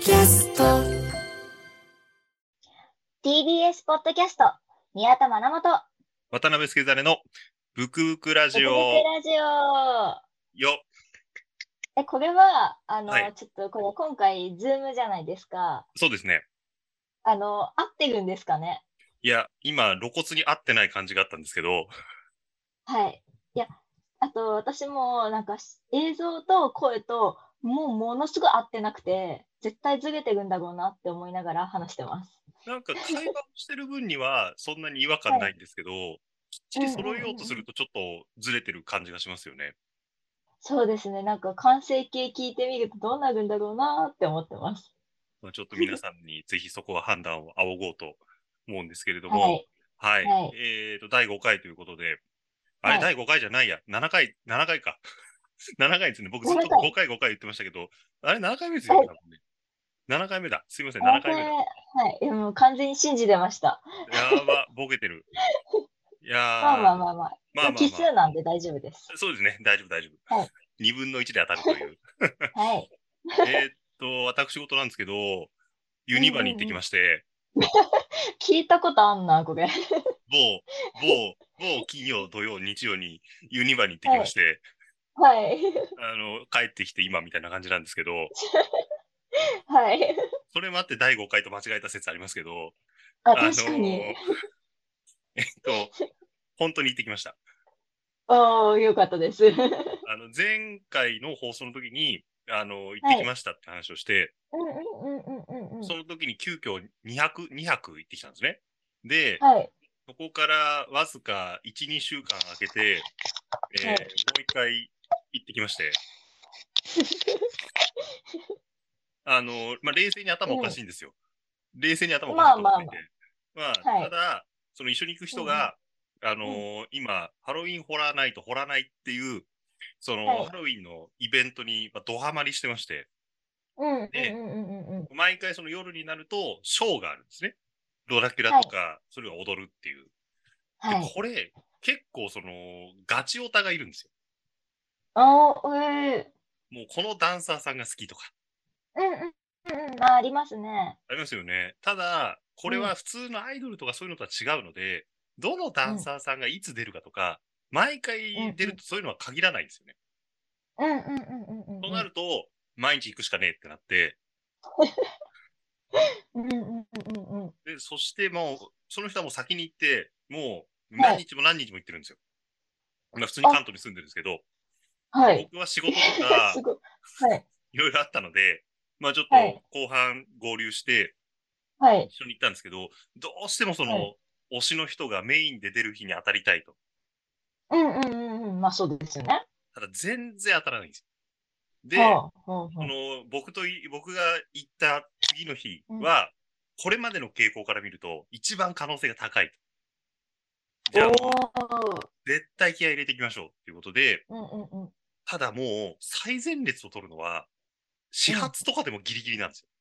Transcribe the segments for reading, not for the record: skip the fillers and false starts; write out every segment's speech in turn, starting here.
キャスト TBS ポッドキャスト宮田真本渡辺助真のブクブクラジオブクブクラジオよ。 これははいちょっとこれ今回ズームじゃないですか。 そうですね。 合ってるんですかね。 いや、今露骨に合ってない感じがあったんですけど、 はい。いや、あと私もなんか映像と声とものすごい合ってなくて、絶対ずれてるんだろうなって思いながら話してます。 なんか会話をしてる分にはそんなに違和感はい。 ないんですけど、きっちり揃えようとするとちょっとずれてる感じがしますよね。 そうですね。なんか完成形聞いてみるとどうなるんだろうなって思ってます。 まあ、ちょっと皆さんにぜひそこは判断を仰ごうと思うんですけれども、 はい。 はい。 はい。 第5回ということで、あれ、 はい。 第5回じゃないや、7回か。7回ですね。僕ずっ 7 と回。 5回言ってましたけど、あれ、7回目ですよね、 はい。 多分ね。7回目だ。すいません、7 7 回目だ。 回、はい。もう完全に信じてました。 やば、ボケてる。いやまあまー、 あまあまあ。奇まあまあまあ。 数なんで大丈夫です。 そうですね。大丈夫、大丈夫。 はい。 2分の1で当たるという。 はい。 私事なんですけど、ユうんニバに行ってきうんうん。 まして、 聞いたことあんな、これ。 某、某金曜、土曜、日曜にユニバに行ってきはい。 まして、 はい。 帰ってきて今みたいな感じなんですけど、 はい。 それもあって第5回と間違えた説ありますけど、 あ、 あの確かに。 ー本当に行ってきました。 おー、よかったです。 前回の放送の時に、行ってはい。 きましたって話をして、 うんうんうんうんうんうん。 その時に急遽2泊行ってきたんですね。で、 はい。 そこからわずか1、2週間空けて、 はい。 もう一回行ってきまして、冷静に頭おかしいんですよ。冷静に頭うん。 おかしいまあと思っていて。 まあまあ。 まあ、 はい。 ただ、その一緒に行くうんうん。 人が、 うん。 今、ハロウィンホラーナイト、ホラーナイっていう、その、ハはい。 ロウィンのイベントに、ドハマりしてまして、 うんうんうんで、 うんうんうん。 毎回その夜になると、ショーがあるんですね。ドラキュラはい。 とか、それが踊るっていう。で、 はい。 これ、結構その、ガチオタがいるんですよ。 おー、 もうこのダンサーさんが好きとか、 うんうんうんうん。ありますね。 ありますよね。ただ、これうん。 は普通のアイドルとかそういうのとは違うので、どのダンうん。 サーさんがいつ出るかとか、毎回出るうんうん。 とそういうのは限らないんですよね。 うんうんうんうんうんとうん。 なると、毎日行くしかねえってなって、 うんうんうんうんうん。 で、そしてもう、その人はもう先に行って、もうはい。 何日も何日も行ってるんですよ。まあ普通に関あ、 東に住んでるんですけど、 はい。 僕は仕事とか、 すごい。はい。 いろいろあったので、まあちょっとはい。 後半合流して、 はい。 一緒に行ったんですけど、どうしてもそはい。 の、推しの人がメインで出る日に当たりたいと。 うんうんうんうん。まあ、そうですよね。 ただ全然当たらないんですよ。で、 はあ、はあ、はあ。 僕が行った次の日うん。 は、これまでの傾向から見ると、一番可能性が高いと。じゃあおもう、 ー。 絶対気合い入れていきましょうっていうことで、 うんうんうん。 ただもう、最前列を取るのは、始うん。 発とかでもギリギリなんですよ。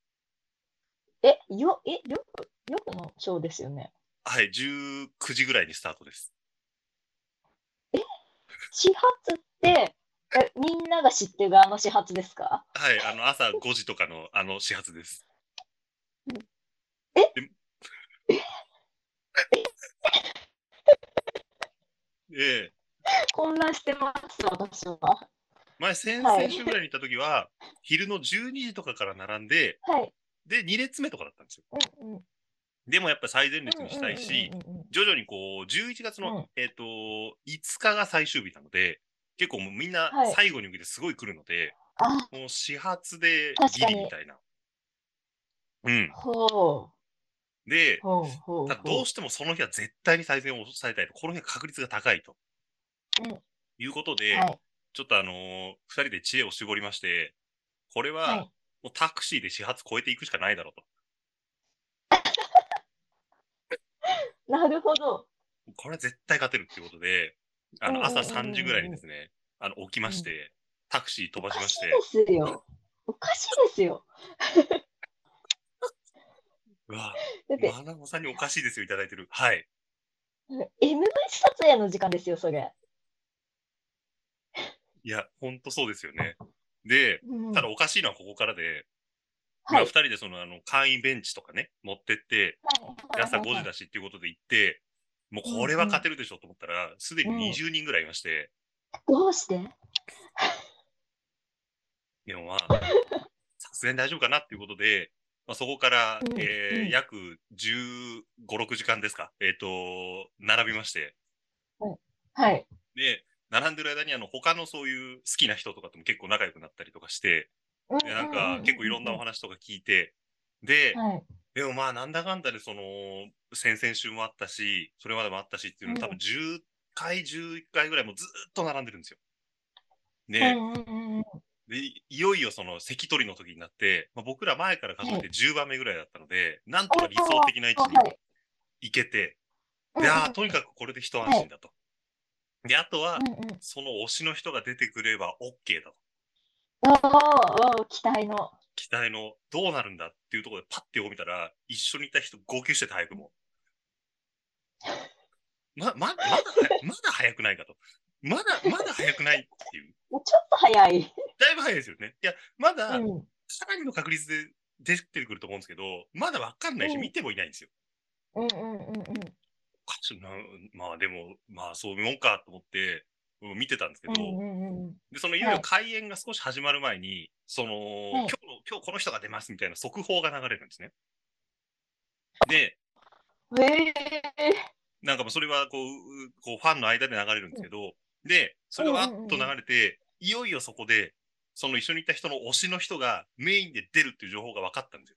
夜のショーですよね。 はい、19時ぐらいにスタートです。 始発って、みんなが知ってる始発ですか？ はい、朝5時とかの始発です。 えで、で混乱してます、私は。 先はい。 々週ぐらいに行った時は、昼の12時とかから並んで、 はい。 で、2列目とかだったんですよ。 うんうん。 でもやっぱ最前うんうん列にしたいし、 うん徐々にこう、11月の、 うんうん。 5日が最終日なので、結構もうみんなはい。 最後に向けてすごい来るので、 あ、 もう始発でギ確かに。 リみたいな。うん。 ほう。 で、 ほうほうただどうほしてもその日は絶対に最善を抑えたいと、この日は確率が高いとう。うん。 いうことで、 はい。 ちょっと二人で知恵を絞りまして、これははい。 もうタクシーで始発超えていくしかないだろうと。 なるほど。 これは絶対勝てるっていうことで、 うんうん朝3時ぐらいうんうんうん。 にですね、起きまうん。 して、タクシー飛ばしおかしいまして、 ですよ。おかしいですよ。 うわ、 だって、 マナモさんにおかしいですよ、いただいてる。はい。 MV 撮影の時間ですよ、それ。 いや、ほんとそうですよね。で、 うん。 ただおかしいのはここからで、 まあ、2 はい。 人で簡易ベンチとかね、持ってって、で朝5時だしっていうことで行って、もうこれは勝てるでしょと思ったら、すでに20人ぐらいいまして、 どうして？ でもまあ、さすがに大丈夫かなっていうことで、まあ、そこから、約15、6時間ですか、並びまして、 はい。はい。 で、並んでる間に他のそういう好きな人とかとも結構仲良くなったりとかして、 うんで、なんか結構いろんなおうん。 話とか聞いて、で、 はい。 でもまあなんだかんだで先々週もあったし、それまでもあったしっていうの多分10回、11回ぐらいもずっと並んでるんですよ。で、いよいよその席取りの時になって、まあ、僕ら前から数えてはい。 10番目ぐらいだったので、なんとか理想ああ、 的な位置にはい。 行けて、で、 うんうん。 とにかくこれで一安はい。 心だと。で、あとは、 うんうん。 その推しの人が出てくれば OK だと。 おお、おお、期待の。 期待のどうなるんだっていうところでパッて横見たら、一緒にいた人号泣してて早くも。まだ早くないかと。まだ早くないっていう。 もうちょっと早い。 だいぶ早いですよね。いや、まだ、 うん。 さらにの確率で出てくると思うんですけど、まだわかんないし、 うん。 見てもいないんですよ。 うんうんうんうん。 おかしいな、まあでも、まあそういうもんかと思って、見てたんですけど、 うんうんうん。 で、いよいよはい。 開演が少し始まる前に、 はい。 今日この人が出ますみたいな速報が流れるんですね。で、 ええ。 なんかもうそれはこうファンの間で流れるんですけど、で、そうんうれがわっと流んうんうん。 れて、いよいよそこで、その一緒にいた人の推しの人がメインで出るっていう情報が分かったんですよ。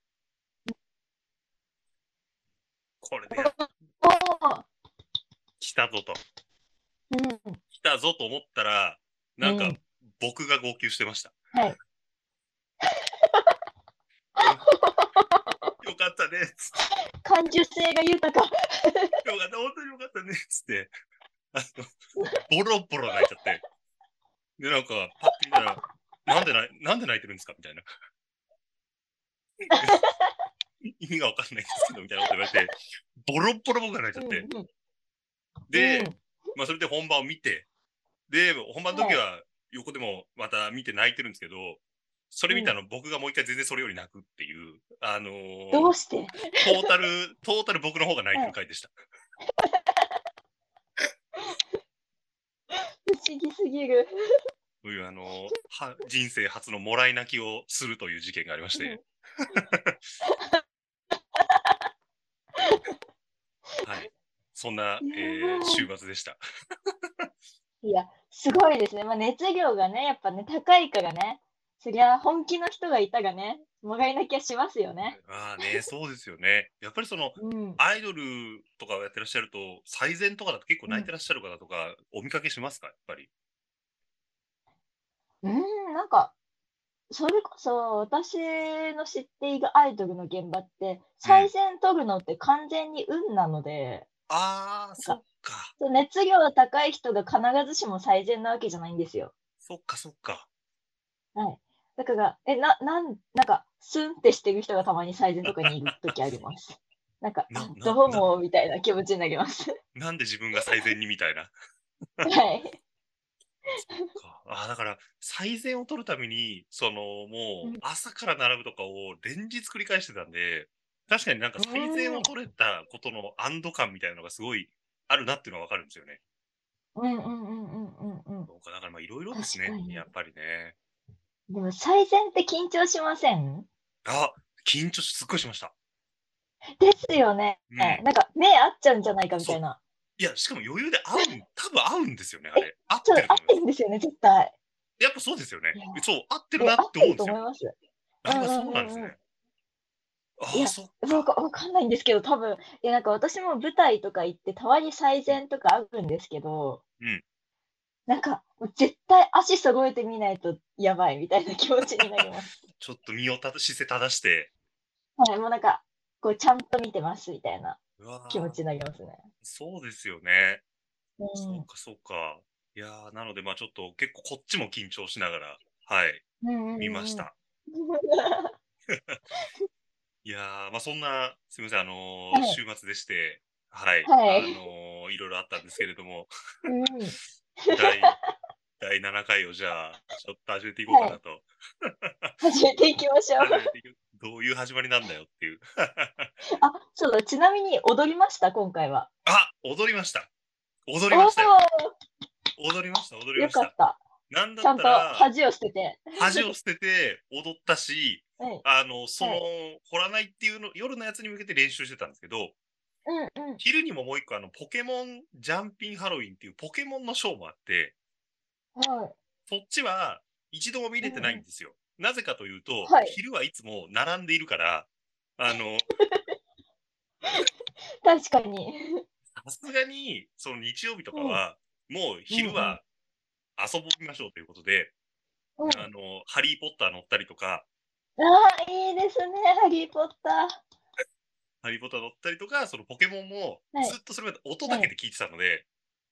これでおお。 来たぞと。 うん。 来たぞと思ったら、なんかうん。 僕が号泣してました。 はい。 よよかったね、つって。 感受性が豊か。 よかった、本当によかったね、つって。あボロボロ泣いちゃって。で、なんか、パッて見たら、なんで泣いてるんですかみたいな。意味がわかんないですけど、みたいなこと言われて、ボロボロ僕が泣いちゃって。 うんうん。うで、 ん。 まあ、それで本番を見て、で、本番のはい。 時は横でもまた見て泣いてるんですけど、それ見たうん。 の僕がもう一回全然それより泣くっていう、 どうして？ トータル僕の方が泣いてはい。 る回でした。 不思議すぎる。 という人生初のもらい泣きをするという事件がありましうん。 て、はい。そんな、 やば週末でした。 い。いや、すごいですね。ま、熱量がね、やっぱね、高いからね。そりゃ本気の人がいたがね、もがいなきゃしますよね。 ああね、そうですよね。やっぱりうん。 アイドルとかをやってらっしゃると、最前とかだと結構うん。 泣いてらっしゃる方とかお見かけしますかやっぱり。 なんか、それこそ私の知っているアイドルの現場って、 うん。 最善取るのって完全に運なので、 ああ、 なんか、 そっか。 熱量が高い人が必ずしも最善なわけじゃないんですよ。 そっかそっか。 はい。だから、なんか、スンってしてる人がたまに最善とかにいる時あります。なんか、 な、 あ、 な、な、 どうもみたいな気持ちになります。 なんで自分が最善にみたいな。 はい。 だから、最善を取るために、もう、 うん。 朝から並ぶとかを連日繰り返してたんで、確かになんかう最善ーん。 を取れたことの安堵感みたいなのがすごいあるなっていうのはわかるんですよね。 うんうんうんうんうんうん。 そうか、だからまあいろいろですね。 確かに。 やっぱりね。 でも最善って緊張しません？ あ、すっごいしました。 ですよね。 うん。 なんか目合っちゃうんじゃないかみそう。 たいな。 いや、しかも余裕で多分合うんですよね、あえ、 れ。合っそう、合ってると思います。 てるんですよね、絶対。 やっぱそうですよね。 いや、 そう、合ってるいや、 なっ合ってるて思うんですよ。 と思います。 あ、やっぱうんうそうなんですね。 んうんうん。いや、 そっか。 わかんないんですけど、多分、なんか私も舞台とか行ってたまに最うん。 善とかあるんですけど、 うん。 なんか、もう絶対足揃えてみないとやばいみたいな気持ちになります。 ちょっと姿勢正して、 はい、もうなんか、こうちゃんと見てますみたいなうわー気持ちになりますね。 そうですよね。 うん。 そうか、そうか。いやなので、まあちょっと結構こっちも緊張しながら、はい、 うんうんうんうん。 見ました。いやまあそんな、すみません、 はい、 週末でして、はい、 はい。 いろいろあったんですけれども、 うん。 第、第7回をじゃあ、ちょっと始めていこうかはい、 なと。 始めていきましょう。 始めていく。 どういう始まりなんだよっていう。 あ、そうだ、ちなみに踊りました？今回は。 あ、踊りました。踊りおましたよ。 お、 踊りました、踊りよました。 かった。 なんだっちゃんとたら、 恥を捨てて。 恥を捨てて踊ったし、 はい、 その、 はい。 掘らないっていうの、夜のやつに向けて練習してたんですけど、 うんうん。 昼にももう一個ポケモンジャンピンハロウィンっていうポケモンのショーもあって、 はい。 そっちは一度も見れてないうんうん。 んですよ。なぜかというと、 はい。 昼はいつも並んでいるから、あの、 確かに。 さすがに、その日曜日とかうん。 は、もううんうん。 昼は遊びましょうということで、 うん。 ハリー・ポッター乗ったりとか、 ああ、いいですね、ハリーポッター。 ハリー・ポッター乗ったりとか、そのポケモンもはい、 ずっとそれまで音だはい。 けで聞いてたので、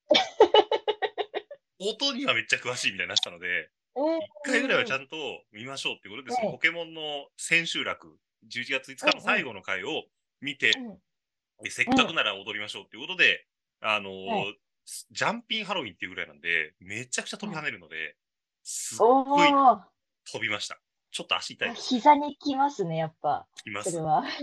音にはめっちゃ詳しいみたいになってたので、 うん一回ぐらいはちうん。 ゃんと見ましょうっていうことで、 はい。 そのポケモンの千秋楽、11月5日のうんうん。 最後の回を見て、 うん。 でせっうん。 かくなら踊りましょうっていうことで、あのはい。 ジャンピンハロウィンっていうぐらいなんで、めちゃくちゃ飛び跳はい。 ねるので、すっおごいお。 飛びました。ちょっと足痛いあ、 ですけど、 膝にきますね、やっぱ、 います。 それは。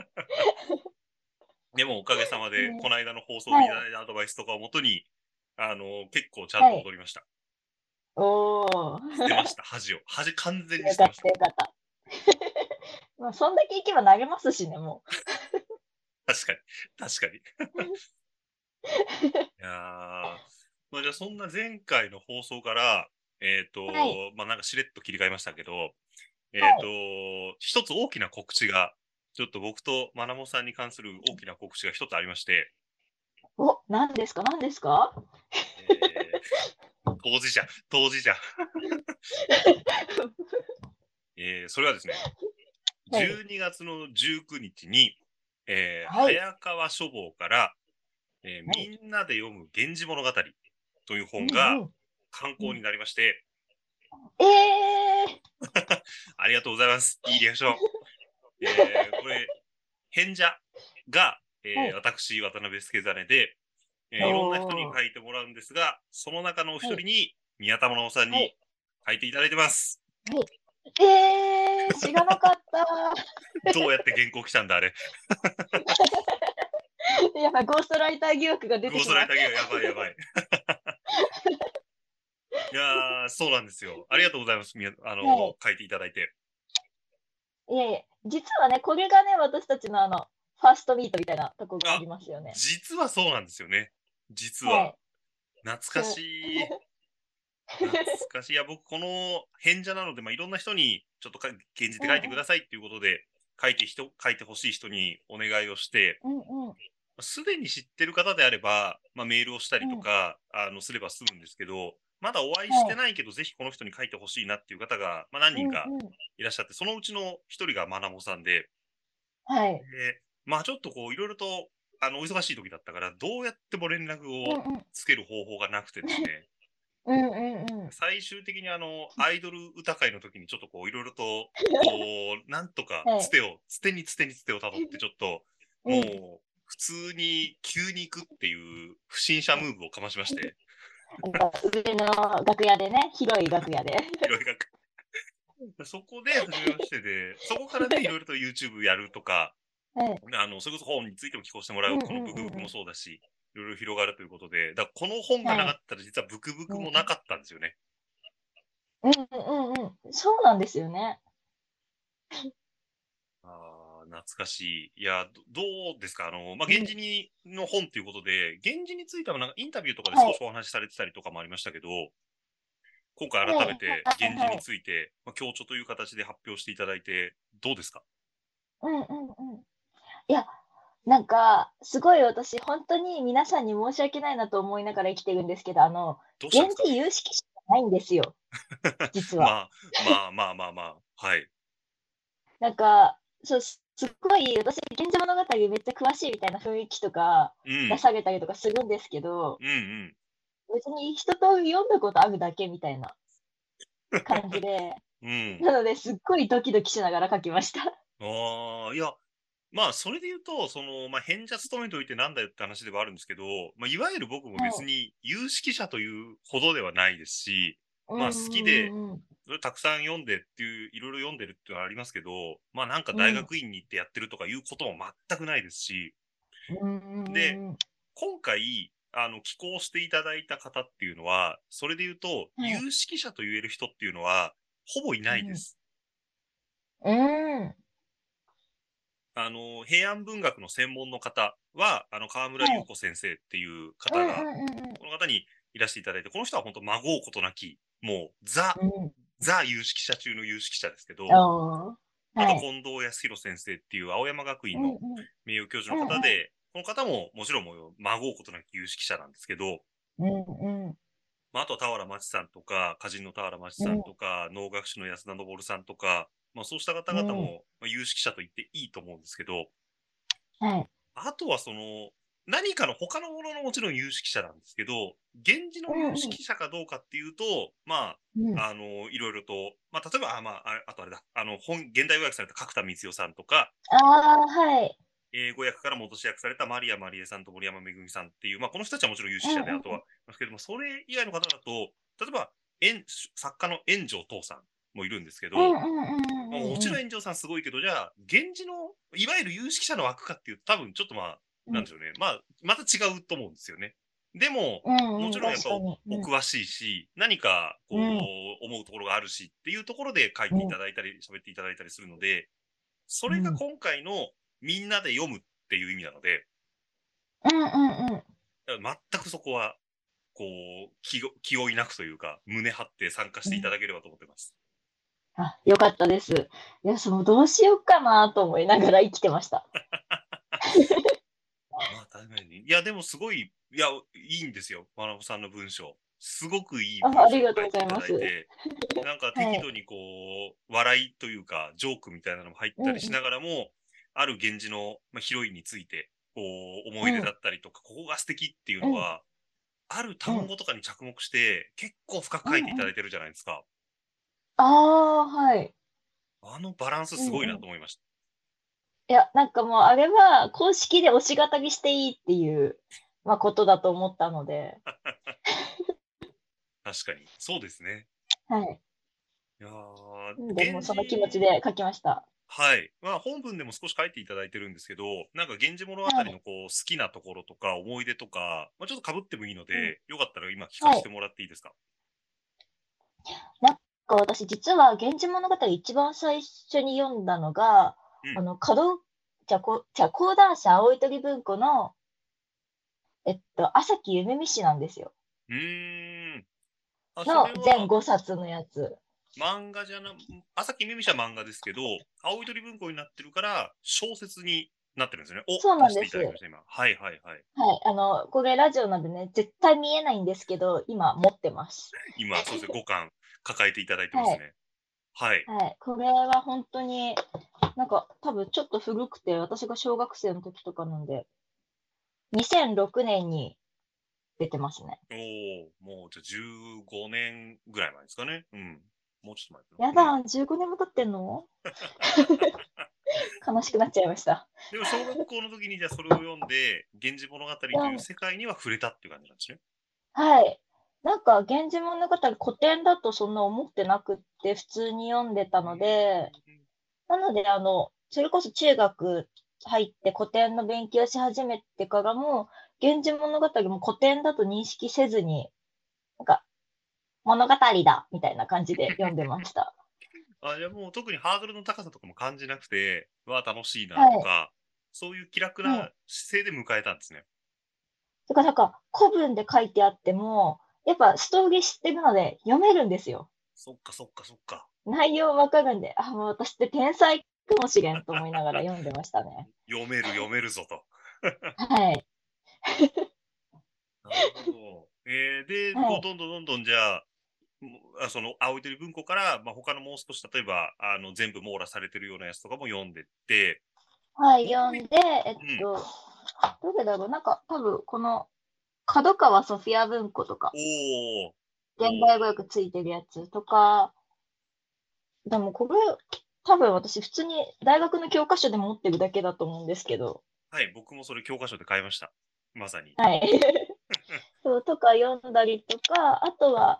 でもおかげさまで、こね。 の間の放送はい、 でいただいたアドバイスとかをもとに、結構ちゃんはい。 と踊りました。 おお。 捨てました、恥を。恥完全によかっ捨てました。 たよかった。まあ、そんだけ行けば投げますしね、も確かに。確かに。 う。 いやー、まあ、じゃあそんな前回の放送から、 はい、 まあなんかしれっと切り替えましたけど、 はい。 一つ大きな告知が、ちょっと僕とまなもさんに関する大きな告知が一つありまして、 お、何ですか何ですか？ 当事者、当事者。それはですね、 はい、 12月の19日に、 はい、 早川書房から、 はい。 みんなで読む源氏物語といううん本がうん、うん。 刊行になりまして、 ええ！ ありがとうございます。いいリアクション。これ、変者が、 はい。 私、渡辺助真で、 おいろんな人にお、 書いてもらうんですが、その中のお一はい、 人に、宮田直さんにはい、 書いていただいてます。 はい。ええ、知らなかった。 どうやって原稿来たんだ、あれ。 やばい、ゴーストライター疑惑が出ゴースてしまう。 トライターがやばいやばい。いやー、そうなんですよ。ありがとうございます。 はい。 書いていただいて。 いえいえ、実はね、これがね、私たちのファーストミートみたいなとこがああ、 りますよね。 実はそうなんですよね。実は。 はい。 懐かそう。 しい。懐かしい。いや、僕、この変者なので、まあ、いろんな人に、ちょっと現実で書いてくうんうん。 ださいっていうことで、書いてほしい人にお願いをして、 うんうん。 すでに知ってる方であれば、まあ、メールをしたりとうん。 か、すれば済むんですけど、まだお会いしはい。 てないけど、ぜひこの人に書いてほしいなっていう方が、まあ、何うん人かうん。 いらっしゃって、そのうちの一人がまなもさんで、 はい。 で、まあ、ちょっとこう、いろいろと、お忙しい時だったから、どうやっても連絡をうんうん。 つける方法がなくてですね、 うんうんうん。 最終的にアイドル歌会の時にちょっとこう、いろいろと、こう、なんとかはい。 つてをたどって、ちょっと、もう、 うん。 普通に急に行くっていう不審者ムーブをかましまして、 上の楽屋でね、広い楽屋で。 いろいろそこで初めましてで、そこからね、いろいろと YouTube やるとか、 はい。 それこそ本についても寄稿してもらう、 うんうんこのブクブクもうんうん。 そうだし、いろいろ広がるということで、だからこの本がはい。 なかったら実はブクブクうん。 もなかったんですよね。 うんうんうん。そうなんですよね。 ああ、懐かしい。いや、どうですかまあ、 うん。 源氏にの本ということで、源氏についてはなんかインタビューとかではい。 少しお話しされてたりとかもありましたけど、今回改めはい。 て源氏にはいはい。 ついて、まあ、強調という形で発表していただいて、どうですか？ うんうんうん。いや、なんか、すごい私、ほんとに皆さんに申し訳ないなと思いながら生きてるんですけど、源どうしたんですか？ 氏有識者じゃないんですよ、実は。 まあ、まあまあまあまあ、はい。 なんか、そう、すっごい私、源氏物語めっちゃ詳しいみたいな雰囲気とかうん、 出されたりとかするんですけど、 うんうん。 別に一通り読んだことあるだけみたいな感じで、 うん。 なので、すっごいドキドキしながら書きました。 ああ、いや、まあ、それで言うと、まあ、変者務めといてなんだよって話ではあるんですけど、まあ、いわゆる僕も別はい。 に有識者というほどではないですし、 まあ好きで、 うんうんそれたくさん読んでっていう、いろいろ読んでるっていうのはありますけど、まあなんか大うん。 学院に行ってやってるとかいうことも全くないですし、 うんうんで、 うんうん。 今回、寄稿していただいた方っていうのは、それで言うと、 はい。 有識者と言える人っていうのは、ほぼいないでうん。 す。 うーん。 平安文学の専門の方は、河村はい。 優子先生っていううんう方が、 んうんうん。 この方にいらしていただいて、この人は本当、まごうことなき、もう、ザ有識者中の有識者ですけうん。 ど、 おー。 あと、 はい。 近藤康弘先生っていう青山学院のうんうん。 名誉教授うんの方で、この方ももちろんもう、まごうことなき有識者なんですけど、 うん。うんうん。 まあ、あとは俵真知さんとか、歌人の俵真知さんとか、能楽師の安田昇さんとか、まあ、そうした方うん。うん。 々も、まあ、有識者と言っていいと思うんですけど、 はい。 あとは何かの他のもののもちろん有識者なんですけど、源氏の有うんうん。 識者かどうかっていうと、まうん。 あ、いろいろと、まあ、例えば、あとあれだ、現代語訳された角田光代さんとか、 ああ、はい。 英語訳から戻し訳されたマリア・マリエさんと森山めぐみさんっていう、まあ、この人たちはもちろん有識者で、 うんうん。 あとは、ですけども、それ以外の方だと、例えば、作家の炎上父さんもいるんですけど、 うんうんうんまあ、もちろんうんうん炎上さんすごいけど、じゃあ、源氏の、いわゆる有識者の枠かっていうと、多分ちょっとまあ、 うん。 なんでしょうね。まあ、また違うと思うんですよね。でも、 うんうん。 もちろんやっぱ確かに。うん。 お詳しいし、何かこうん。 う、思うところがあるしっていうところで書いていうん。 ただいたり、喋っていただいたりするので、それがうん。 今回のみんなで読むっていう意味なので、 うんうんうん。 全くそこは、こう、気を抱くというか、胸張って参加していたうん。 だければと思ってます。 あ、良かったです。いや、どうしようかなと思いながら生きてました。 まあ、確かに。いや、でもすごい、いや、いいんですよ。マナコさんの文章。すごくいいあ、 文章をありがとうご書いていたざいます。 だいて、なんかはい。 適度にこう、笑いというか、ジョークみたいなのも入ったりしうんうんながらも、ある源氏の、まあ、ヒロインについて、こう、思い出だうんったりとか、ここが素敵っていううん。 のは、あるうん単語とかに着目して、結構深く書いていうんうん。 ただいてるじゃないですか。 ああ、はい。 あのバランスすごいうんうん。 なと思いました。 いや、なんかもうあれは公式で推し語りしていいっていう、まあ、ことだと思ったので、 確かに。そうですね。 はい。 いやー、 で、もう源その気持ち氏で書きました。 はい。まあ、本文でも少し書いていただいてるんですけど、なんか源氏物語はい。 のこう好きなところとか思い出とか、まあ、ちょっと被ってもいいのうん。 で、よかったら今聞かはい。 せてもらっていいですか？ なんか私実は源氏物語一番最初に読んだのが、 うん。 講談社青い鳥文庫の、朝木夢見氏なんですよ。 うーん。あ、その全れは 5冊のやつ。 漫画じゃな、朝木めみしは漫画ですけど、青い鳥文庫になってるから小説になってるんですよね。 そうお、出していなんです。 ただきました、今。はいはいはい。 はい。これラジオなんでね、絶対見えないんですけど、今持ってます。 今、そうですね、5巻抱えていただいてまはい。 すね。はい。 はい。これは本当に、なんか多分ちょっと古くて、私が小学生の時とかなんで、2006年に出てますね。 おお、もうじゃあ15年ぐらい前ですかね。うん。もうちょっと前かな。うん。 やだ、15年も経ってんの？悲しくなっちゃいました。 でも小学校の時にじゃあそれを読んで、源氏物語といや、 いう世界には触れたっていう感じなんですね。 はい。なんか源氏物語、古典だとそんな思ってなくって、普通に読んでたうーので、 ん。 なのでそれこそ中学入って古典の勉強し始めてからも、源氏物語も古典だと認識せずに、なんか物語だみたいな感じで読んでました。 あ、じゃあもう特にハードルの高さとかも感じなくて、わあ、楽しいなはい。 とか、そういう気楽うん。 な姿勢で迎えたんですね。 だからなんか古文で書いてあっても、やっぱストーリー知ってるので読めるんですよ。 そっかそっかそっか。 内容わかるんで、あ、もう私って天才かもしれんと思いながら読んでましたね。 読めるぞと。 はい。 なるほど。で、こう、 はい。 どんどんじゃあ、その、青い鳥文庫から、まあ、他のもう少し、例えば、全部網羅されてるようなやつとかも読んでって、 はい、 もうい、 読んで、 うん。 どれだろう、なんか多分この角川ソフィア文庫とか、 おー、 現おー、 代語訳ついてるやつとか、でもこれ、多分私普通に大学の教科書で持ってるだけだと思うんですけど、 はい、僕もそれ教科書で買いました。まさに。 はい。そう、とか読んだりとか、あとは、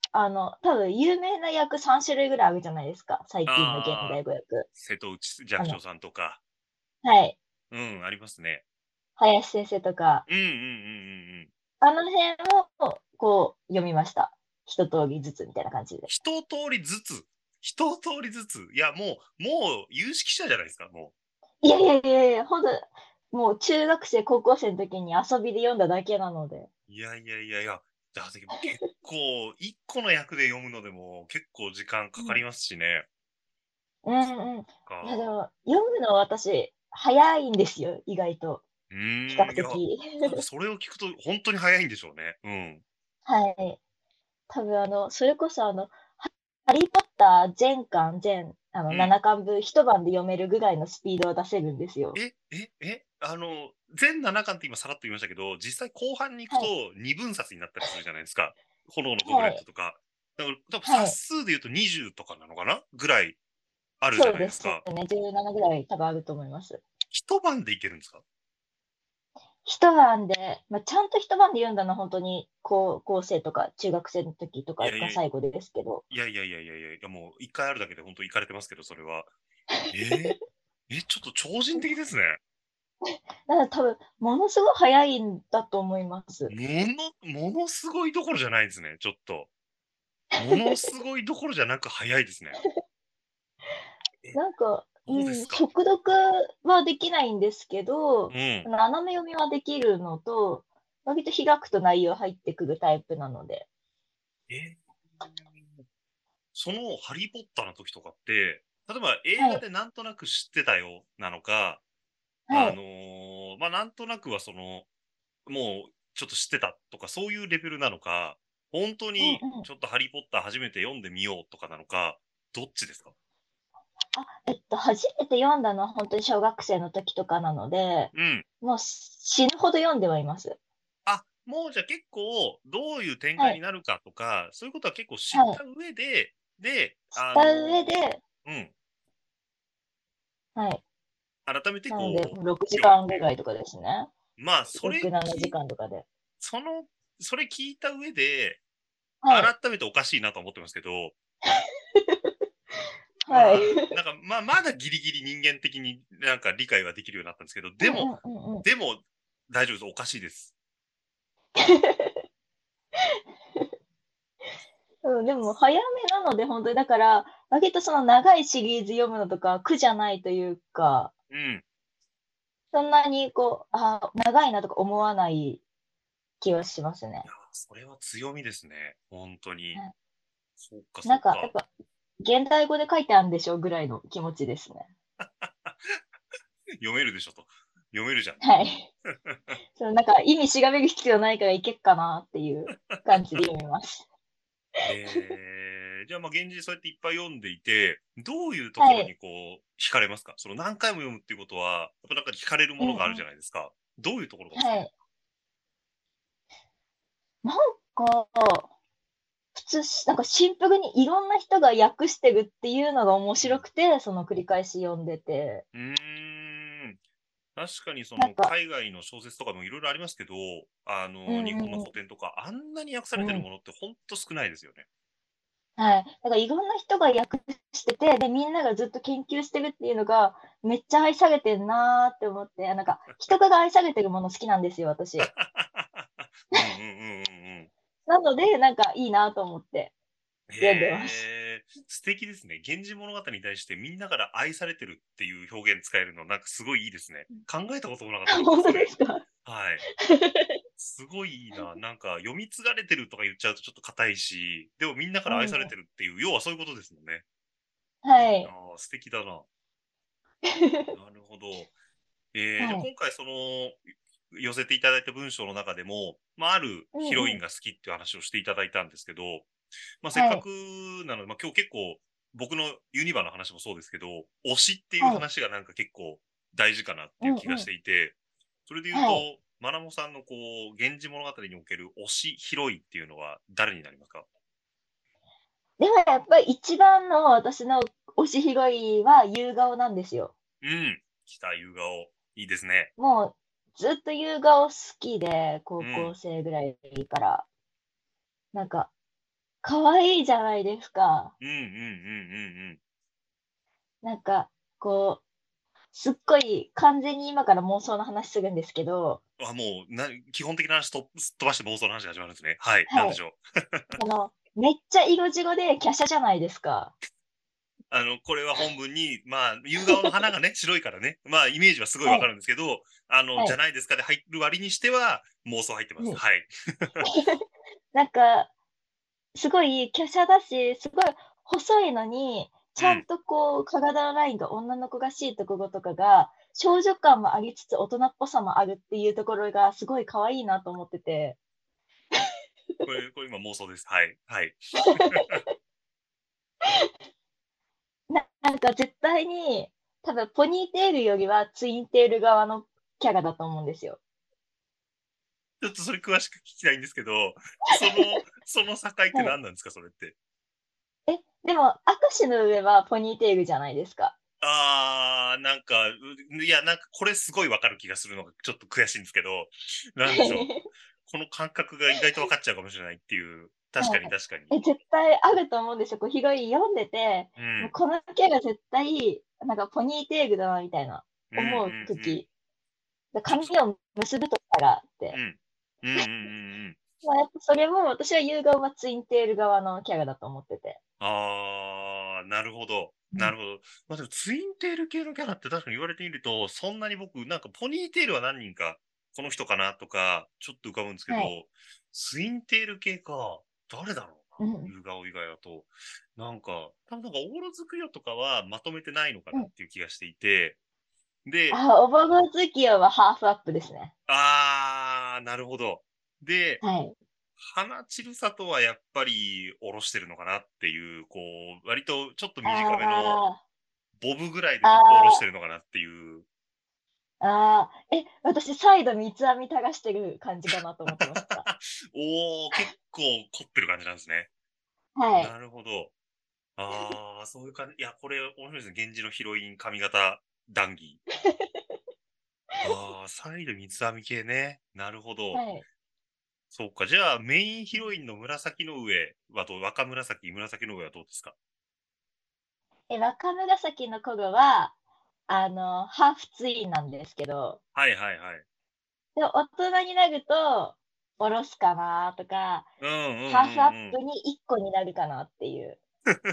多分有名な役3種類ぐらいあるじゃないですか、最近の現ああ、 代語訳。 瀬戸内寂聴あの、 さんとか。 はい、 うん、ありますね。 林先生とか、 うんうんうんうんうん。 あの辺をこう読みました。一通りずつみたいな感じで。 一通りずつ。一通りずつ。いや、もう、有識者じゃないですか、もいやいやいやいや、ほんと、もう中学生、高校生の時に遊びで読んだだけなので。 う。いやいやいやいや。だって結構、一個の役で読むのでも結構時間かかりうん。 ますしね。 うんうん。いやでか。 も、読むの私、早いんですよ、意外と。 う比ーん、いや、 較的。 多分それを聞くと本当に早いんでしょうね。うん。 はい。多分それこそハリーポッターうん。 7巻分一晩で読めるぐらいのスピードを出せるんですよ。 全7巻って今さらっと言いましたけど、実際後半に行くとはい。 二分冊になったりするじゃないですか。炎のゴブはい。 レットとか。だから多分冊はい。 数で言うと20とかなのかなぐらいあるじゃそうですないですか。 ね。17ぐらい多分あると思います。 一晩でいけるんですか？ 一晩で、ちゃんと一晩で読んだのは本当に高校生とか中学生の時とかいやいや、 が最後ですけど。 いやいやいやいやいやいや、もう一回あるだけで本当行かれてますけど、それは。えー、ちょっと超人的ですね。 だから多分、ものすごい早いんだと思います。 ものすごいどころじゃないですね、ちょっと。ものすごいどころじゃなく早いですね。え、 なんか、 そうですか。 速読はできないんですけど、 うん。 斜め読みはできるのと、割と開くと内容入ってくるタイプなので。 えそのハリー・ポッターの時とかって、例えば映はい、 画でなんとなく知ってたよなのか、 はい。 なんとなくはもうちょっと知ってたとか、そういうレベルなのか、本当うんにうん。 ちょっとハリー・ポッター初めて読んでみようとかなのか、どっちですか？ 初めて読んだのは本当に小学生の時とかなので、 うん。 もう死ぬほど読んではいます。 あ、もうじゃあ結構どういう展はい、 開になるかとか、そういうことは結構知っはい。 た上で、 した上で、 うん、 はい。 改めてなので、6 読むっていう。 時間ぐらいとかですね。 まあ、それ 6、7 聞い、 時間とかで。 その、それ聞いた上で、 はい。 改めておかしいなと思ってますけど、 はい。 まだギリギリ人間的になんか理解はできるようになったんですけど、 うんうんうんうん。 でも大丈夫です。おかしいです。 うん、でも早めなので、本当にだから、割とその長いシリーズ読むのとか苦じゃないというか、 うん。 そんなにこう、長いなとか思わない気はしますね。 いやー、それは強みですね。本当に。 はい。 そっか、そなんか、やっっか。 ぱ、現代語で書いてあるんでしょぐらいの気持ちですね。 読めるでしょと。読めるじゃん。 はい。意味調べる必要ないからいけっかなっていう感じで読みます。 じゃあ、現実そうやっていっぱい読んでいて、どういうところにはい。 惹かれますか？その何回も読むっていうことは、やっぱなんか惹かれるものがあるじゃうんうん。 ないですか。どういうところがお好きですはい。なんか、なんかシンプルにいろんな人が訳してるっていうのが面白くて、その繰り返し読んでて。 うーん。確かにそなんか、 の海外の小説とかもいろいろありますけど、 うん日本のうん古典とか、あんなに訳されうん。 てるものってほんと少ないですよね。 はい。だからいろんな人が訳してて、で、みんながずっと研究してるっていうのが、めっちゃ愛されてんなって思って、人が愛されてるもの好きなんですよ、私。 うんうんうんうんうん。 なので、いいなと思って読んでます。 素敵ですね。源氏物語に対してみんなから愛されてるっていう表現使えるの、なんかすごいいいですね。考えたこともなかったですね、 本当それ。 ですか？ はい。すごいいいな。なんか、読み継がれてるとか言っちゃうとちょっと硬いし、でもみんなから愛うん。 されてるっていう、要はそういうことですもんね。 はい。 ああ、素敵だな。なるほど。じゃあはい。 今回寄せていただいた文章の中でも、あるヒロインうんうん。 が好きっていう話をしていただいたんですけど、せっかくはい。 なので、今日結構僕のユニバの話もそうですけど、推しっていうはい。 話がなんか結構大事かなっていう気がしうんうん。 ていて、それで言うと、 はい。 マナモさんの源氏物語における推しヒロインっていうのは誰になりますか？ でもやっぱり一番の私の推しヒロインは夕顔なんですよ。 うん。北優顔。いいですね。 もうずっと夕顔好きで、高校うん。 生ぐらいから。なんか可愛いじゃないですか。 うんうんうんうんなんか、こう、すっごい完全に今から妄想の話するんですけど、 うん。あ、もう、基本的な話すっ飛ばして妄想の話が始まるんですね。はい。なんはい。 でしょう。 めっちゃ色白で華奢じゃないですか。 これは本文に、まあ、夕顔の花がね、白いからね、まあ、イメージはすごいわかはい。 るんですけど、じゃはい。 ないですかで入る割にしては、妄想入ってます。 うん。 はい。 なんか、すごい華奢だし、すごい細いのに、ちゃんうん。 とこう体のラインが女の子らしいところとかが、少女感もありつつ大人っぽさもあるっていうところがすごい可愛いなと思ってて。 これ今妄想です。はい。はい。 なんか絶対に、多分ポニーテールよりはツインテール側のキャラだと思うんですよ。 ちょっとそれ詳しく聞きたいんですけど、その境ってはい。 何なんですか、それって。 でも、明石の上はポニーテールじゃないですか。 なんか、いや、なんかこれすごいわかる気がするのがちょっと悔しいんですけど、なんでしょう。この感覚が意外と分かっちゃうかもしれないっていう。確かはい。 に確かに。 絶対あると思うんですよ。こうヒロイン読んでて、 うん。 もうこのキャラ絶対、なんかポニーテールだなみたいなうんうんう思うん。 時、 ちょっと、 髪を結ぶとしたらって。 うん。うんうんうんうん。 まあ、やっぱそれも私は言う側はツインテール側のキャラだと思ってて。 なるほど。 うん。 なるほど。まあでもツインテール系のキャラって確かに言われてみると、そんなに僕、なんかポニーテールは何人か、この人かなとか、ちょっと浮かぶんですけど、 はい。 ツインテール系か、誰だろうん。 うな。夕顔以外だと。多分なんか、オーロズクヨとかはまとめてないのかなっうん。 ていう気がしていて、で、 あ、オバゴズキヨはハーフアップですね。 なるほど。で、 はい。 花散る里はやっぱり下ろしてるのかなっていう、こう、割とちょっと短めのあボブぐらいであ、 ちょっと下ろしてあるのかなっていう。 あ、ああ、私サイド三つ編み垂らしてる感じかなと思ってました。 結構凝ってる感じなんですね。 はい。 なるほど。そういう感じ。いや、これ面白いですね。源氏のヒロイン髪型談義。サイド三つ編み系ね。なるほど。 はい。 そうか。じゃあ、メインヒロインの紫の上は若紫、紫の上はどうですか？ 若紫の頃は、ハーフツインなんですけど、 はいはいはい。 でも大人になると、おろすかなとか、 うんうんハーフアッうんうん。 プに1個になるかなっていう。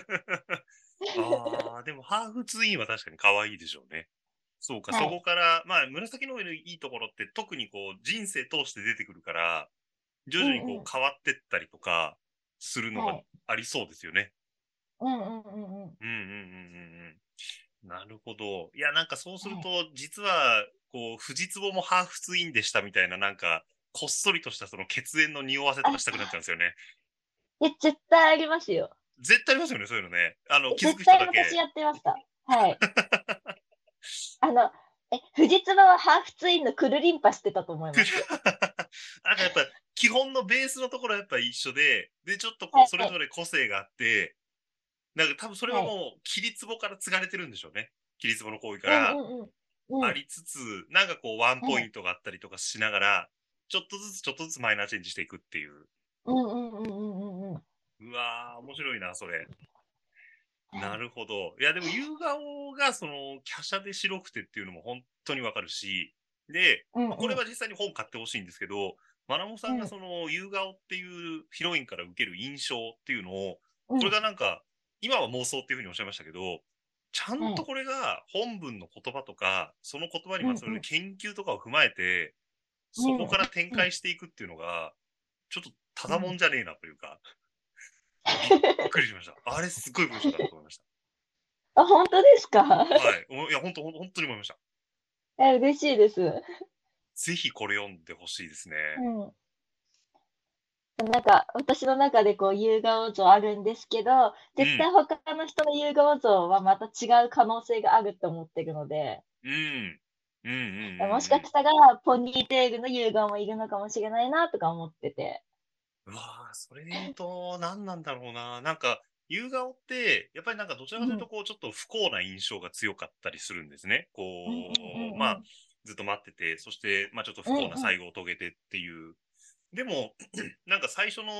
でもハーフツインは確かに可愛いでしょうね。そうか、そこはい。 から、まあ、紫の上のいいところって特にこう、人生通して出てくるから、徐々にこううんうん。 変わってったりとかするのがはい。 ありそうですよね。 うんうんうんうん。 うんうんうんうんうん。なるほど。いや、なんかそうするはい。 と、実は、こう、藤壺もハーフツインでしたみたいな、なんか、こっそりとしたその血縁の匂わせとかしたくなっちゃうんですよね。 絶対ありますよ。 絶対ありますよね、そういうのね。気づく人絶対昔だけ。 やってました。はい。あの、藤壺はハーフツインのクルリンパしてたと思います。 なんかやっぱ、基本のベースのところはやっぱ一緒で、で、ちょっとこう、 はい。 それぞれ個性があって、なんか多分それははい。 もう、桐壺から継がれてるんでしょうね。桐壺の行為かうんら、 うんうん。うん。 ありつつ、なんかこう、ワンポイはい。 ントがあったりとかしながら、ちょっとずつちょっとずつマイナーチェンジしていくっていう。 うんうんうんうんうんうん。 うわー、面白いな、それ。なはい。 るほど。いや、でも、夕顔が、華奢で白くてっていうのも本当にわかるし、で、まあ、これうんうん。 は実際に本買ってほしいんですけど、マナモさんがうん。 夕顔っていうヒロインから受ける印象っていうのを、これうん。 がなんか、今は妄想っていうふうにおっしゃいましたけど、ちゃんはい。 とこれが本文の言葉とか、その言葉にまつわるうんうん。 研究とかを踏まえて、 うん。 そこから展うん。 開していくっていうのが、ちょっとただもうん。 んじゃねえなというか、びっくりしました。あれすごい文章だなと思いました。 あ、ほんとですか？ はい。いや、本当に思いました。 嬉しいです。 ぜひこれ読んでほしいですね。 うん。なんか、私の中でこう夕顔像あるんですけど、絶うん。 対他の人の夕顔像はまた違う可能性があると思ってるので、 うん。うんうんうんもしかうん。 したらポニーテールの夕顔もいるのかもしれないなとか思ってて。 うわあ、それで言うと、何なんだろうな。なんか、夕顔って、やっぱりなんかどちらうん。 かというと、こう、ちょっと不幸な印象が強かったりするんですね。 うんうんまあ、 うんうん。 ずっと待ってて、そして、まあちょっと不うん幸なうん。 最後を遂げてっていう。でも、なんか最初の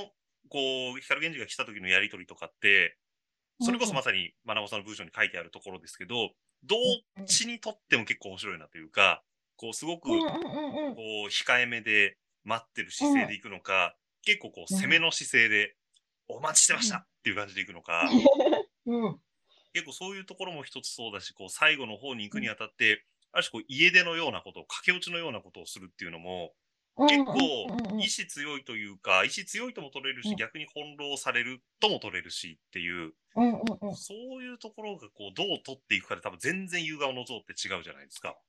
こう、光源氏が来た時のやりとりとかって、それこそまさに学さんの文章に書いてあるところですけど、どっちにとっても結構面白いなというか、こう、すごく、こう、控えめで待ってる姿勢でいくのか、結構こう、攻めの姿勢で、お待ちしてましたっていう感じでいくのか、結構そういうところも一つそうだし、こう、最後の方に行くにあたって、ある種こう、家出のようなことを、駆け落ちのようなことをするっていうのも、結構、意志強いというか、意志強いとも取れるし、逆に翻弄されるとも取れるしっていう、そういうところがこう、どう取っていくかで多分全然夕顔の像って違うじゃないですか。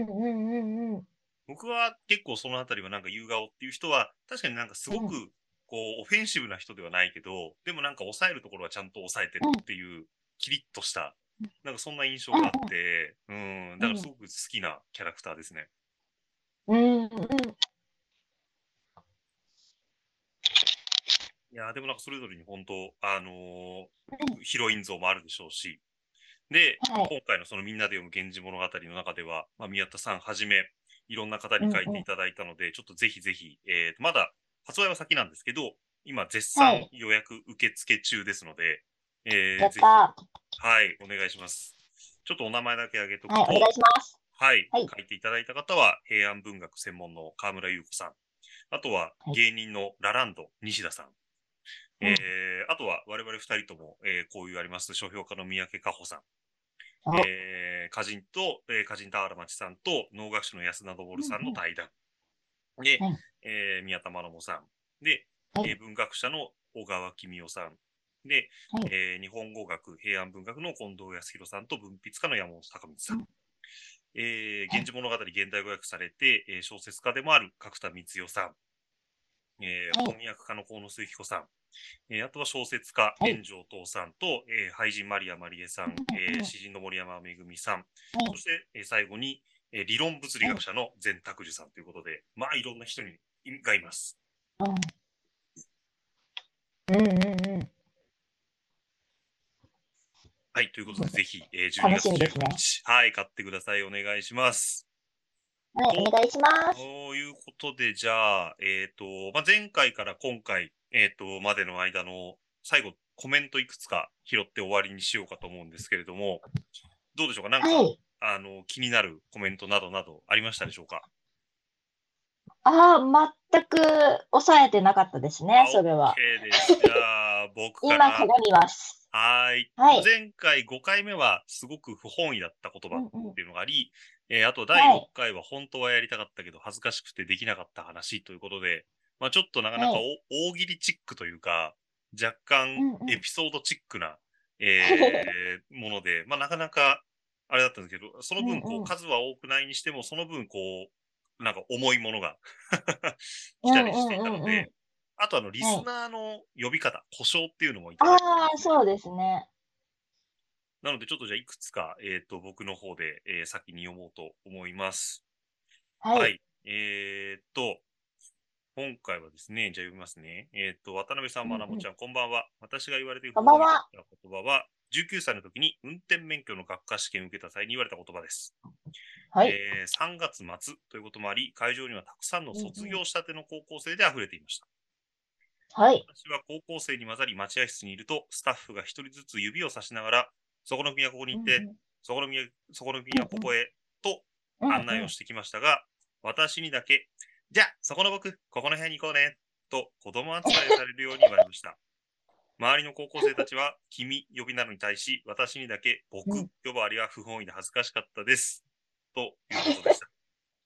僕は結構そのあたりはなんか夕顔っていう人は、確かになんかすごく、こう、オフェンシブな人ではないけど、でもなんか抑えるところはちゃんと抑えてるっていう、キリッとした、なんかそんな印象があって、だからすごく好きなキャラクターですね。いやでもなんかそれぞれに本当、ヒロイン像もあるでしょうし、で、今回のそのみんなで読む源氏物語の中では、宮田さんはじめ、いろんな方に書いていただいたので、ちょっとぜひぜひ、まだ発売は先なんですけど、今絶賛予約受付中ですので、ぜひ、はい、お願いします。ちょっとお名前だけ挙げとくと、 お願いします。 はい、書いていただいた方は、平安文学専門の河村優子さん、あとは芸人のラランド西田さん、あとは我々二人とも、交友あります書評家の三宅佳穂さん、歌人と、歌人田原町さんと能楽師の安田昇さんの対談。で、宮田真奈さん。で、文学者の小川公夫さん。で、日本語学、平安文学の近藤康弘さんと文筆家の山本隆光さん。源氏物語現代語訳されて、小説家でもある角田光代さん。翻訳家の河野末彦さん。あとは小説家、炎上東さんと、俳人マリアマリエさん、詩人の森山めぐみさん、そして、最後に、理論物理学者の善拓樹さんということで、まあいろんな人がいます。はい、ということで、ぜひ、12月15日、はい、買ってください。お願いします。 はい、お願いします。 ということで、じゃあ、前回から今回、までの間の最後、コメントいくつか拾って終わりにしようかと思うんですけれども、どうでしょうか、なんか、気になるコメントなどなどありましたでしょうか？ 全く抑えてなかったですね、それは。 OK です。じゃあ、僕から。 今鏡ます。 はい。前回5回目はすごく不本意だった言葉っていうのがあり、あと第6回は本当はやりたかったけど恥ずかしくてできなかった話ということで、ちょっとなかなか大喜利チックというか、若干エピソードチックな、もので、なかなかあれだったんですけど、その分こう数は多くないにしても、その分こう、なんか重いものが来たりしていたので、あとリスナーの呼び方、呼称っていうのもいただいて、 そうですね。 なので、ちょっとじゃあいくつか、僕の方で、先に読もうと思います。はい。今回はですね、じゃあ読みますね。渡辺さん、まなもちゃん、こんばんは。私が言われている不本意だった言葉は、19歳の時に運転免許の学科試験を受けた際に言われた言葉です。3月末ということもあり、会場にはたくさんの卒業したての高校生で溢れていました。私は高校生に混ざり待合室にいると、スタッフが一人ずつ指をさしながら、そこの国はここに行って、そこの国はここへ、と案内をしてきましたが、私にだけ、じゃあ、そこの僕、ここの部屋に行こうね、と子供扱いされるように言われました。周りの高校生たちは、君呼びなのに対し、私にだけ、僕呼ばわりは不本意で恥ずかしかったです。ということでした。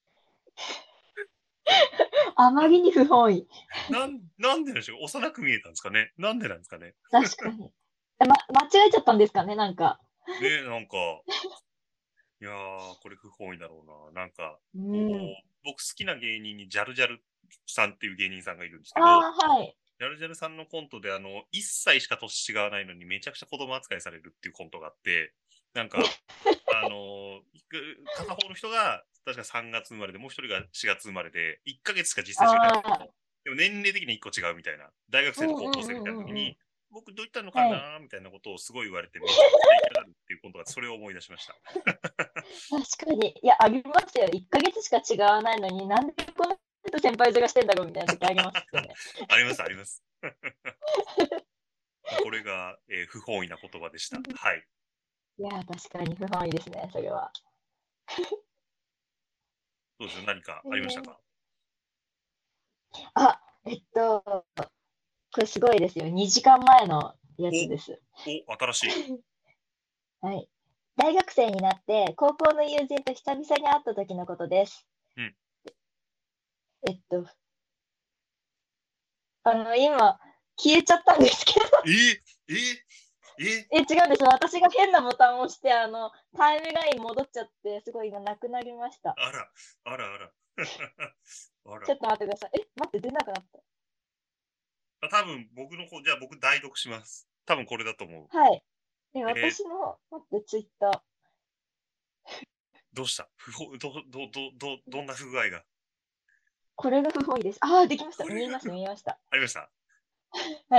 あまりに不本意。 なんででしょう、幼く見えたんですかね。なんでなんですかね。 確かに。間違えちゃったんですかね、なんか。 ね、なんか、いやー、これ不本意だろうな。なんか、僕好きな芸人にジャルジャルさんっていう芸人さんがいるんですけど、ジャルジャルさんのコントで1歳しか年違わないのにめちゃくちゃ子供扱いされるっていうコントがあって、なんか、片方の人が確か3月生まれで、もう一人が4月生まれで、1ヶ月しか実際違ないんですけど、でも年齢的に1個違うみたいな、大学生と高校生みたいな時に、僕どういったのかなみたいなことをすごい言われて、めちゃくちゃ言いたがるっていうことが、それを思い出しました。 確かに。いや、ありますよ。1ヶ月しか違わないのに、なんでこの人先輩面してんだろうみたいな時ありますよね。 あります、あります。 これが、不本意な言葉でした。はい。 いやー、確かに不本意ですね、それは。 どうでしょう、何かありましたー、 か？ あ、これすごいですよ。2時間前のやつです。 新しい。 はい。大学生になって高校の友人と久々に会った時のことです。 うん。 えっと、今、消えちゃったんですけど。 えー、えー、え違うんです。私が変なボタンを押して、タイムライン戻っちゃって、すごい今なくなりました。 あら、あらあら。あら。 ちょっと待ってください。待って、出なくなっ多分僕の方、じゃあ僕代読します。多分これだと思う。 た。はい。 えー、 私の、待って、ツイッター。 どうした不法、どんな不具合が？ これが不本意です。ああ、できました。 これが見えました、見えました。 ありました。 はい。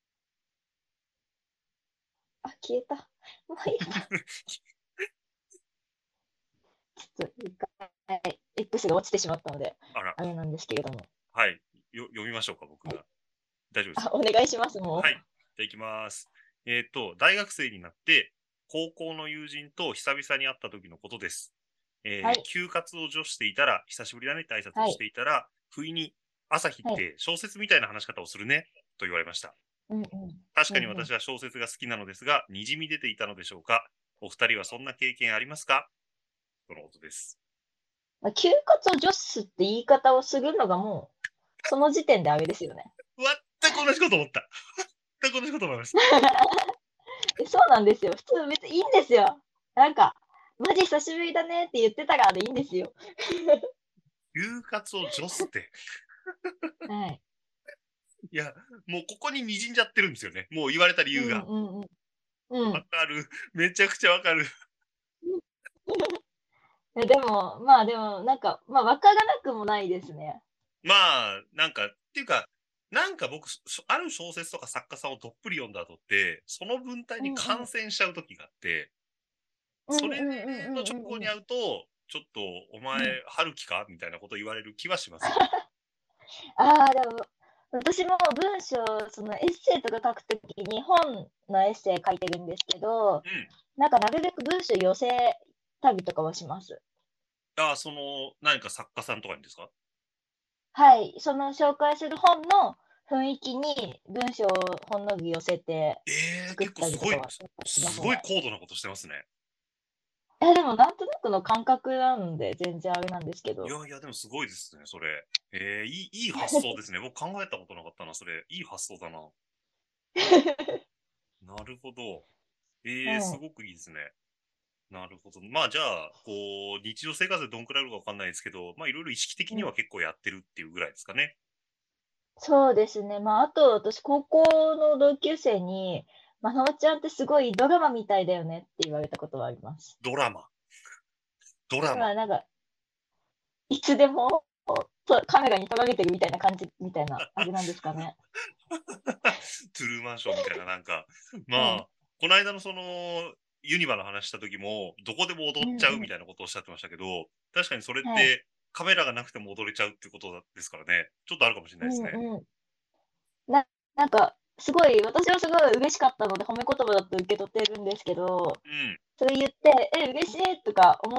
あ、消えた。もういいや。ちょっと一回、X が落ちてしまったので、 あら、 あれなんですけれども。 はい。読みましょうか、僕はい。 が。大丈夫ですあ、 か？ お願いします、もはい。じゃあ行きます。大学生になって、高校の友人と久々に会った時のことです。 う。はい。 休活を助していたら、久しぶりだねって挨拶をしはい。 ていたら、不意に、朝日っはい。 て小説みたいな話し方をするね、と言われました。 うんうん。 確かにうんうん。 私は小説が好きなのですが、にじみ出ていたのでしょうか？お二人はそんな経験ありますか？とのことです。 休活を助すって言い方をするのがもう、その時点であれですよね。 全く同じこと思った。全く同じこと思いました。 そうなんですよ。普通別にいいんですよ。なんか、マジ久しぶりだねって言ってたからでいいんですよ。 休活を助して。 はい。 いや、もうここに滲んじゃってるんですよね。もう言われた理うん由が。 うんうん。うん。 わかる。めちゃくちゃわかる。 でも、なんか、わからなくもないですね。 まあ、なんか、っていうか、なんか僕、ある小説とか作家さんをどっぷり読んだ後って、その文体にうんうん。 感染しちゃう時があって、それうんうんうんうんのうんうん。 直後に会うと、ちょっと、お前、 うん。 春樹かみたいなこと言われる気はします。 でも、私も文章、そのエッセイとか書くときに本のエッセイ書いてるんですけど、 うん。 なんかなるべく文章寄せたりとかはします。 何か作家さんとかにですか？ はい、その紹介する本の雰囲気に文章をほんのり寄せて作っ結構たりとかはしますごいすね。 高度なことしてますね。 でもなんとなくの感覚なんで全然あれなんですけど。 いやいや、でもすごいですね、それ。いい発想ですね。僕考えたことなかったな、それ。いい発想だな。なるほど。すうん。 ごくいいですね。なるほど。まあ、じゃあ、こう、日常生活でどんくらいあるかわかんないですけど、まあ、いろいろ意識的うん。 には結構やってるっていうぐらいですかね。 そうですね。あと私高校の同級生に、まなおちゃんってすごいドラマみたいだよねって言われたことはあります。 ドラマ。ドラマ。 なんか、いつでもカメラに撮られてるみたいな感じみたいな、あれなんですかね。 トゥルーマンショーみたいな、なんか、まはい。 あ、この間のユニバの話した時も、どこでも踊っちゃううんうん。 みたいなことをおっしゃってましたけど、確かにそれっはい。 てカメラがなくても踊れちゃうってことですからね。ちょっとあるかもしれなういですね。 んうん。ななんか、すごい私はすごい嬉しかったので、褒め言葉だと受け取ってるんですけど、 うん。 それ言って、嬉しいとか思って、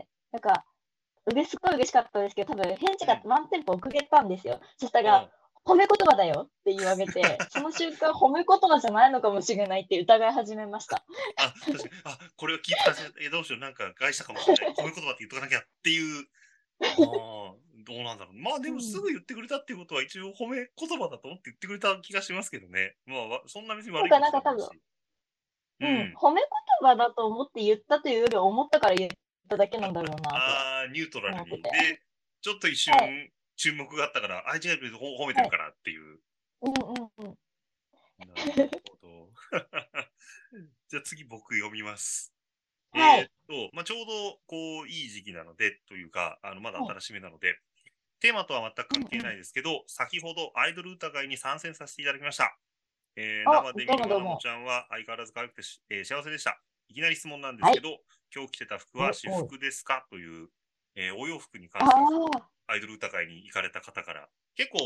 すごい嬉しかったんですけど、多分返事がうん。 ワンテンポ遅れたんですよ。そしたら、 うん。 褒め言葉だよって言われて、その瞬間褒め言葉じゃないのかもしれないって疑い始めました。 確かに、これを気ぃ使わせて、どうしよう、なんか害したかもしれない。褒め言葉って言っとかなきゃっていう、どうなんだろう。まあでもすうん。 ぐ言ってくれたっていうことは一応褒め言葉だと思って言ってくれた気がしますけどね。まあ、そんな別に悪いことじゃ多分、 ないし。ううん、 ん。 褒め言葉だと思って言ったというよりは思ったから言っただけなんだろうなとはニュートラルに。 思ってて。 で、ちょっと一はい、 瞬注目があったから、違う、別に褒めてはい。 るからっていう。 うんうんうん。 なるほど。じゃあ次僕読みます。 はい、 まあ、ちょうど、いい時期なので、というか、まだはい。 新しめなので、テーマとは全く関係なうんうん。 いですけど、先ほどアイドル歌会に参戦させていただきました。 あ、 生で見るまなもどうもどうも。 ちゃんは相変わらず可愛くて幸せでした。いきなり質問なんではい。 すけど、今日着てた服は私お、 服ですかという、お洋服に関あするあ、 アイドル歌会に行かれた方から、結構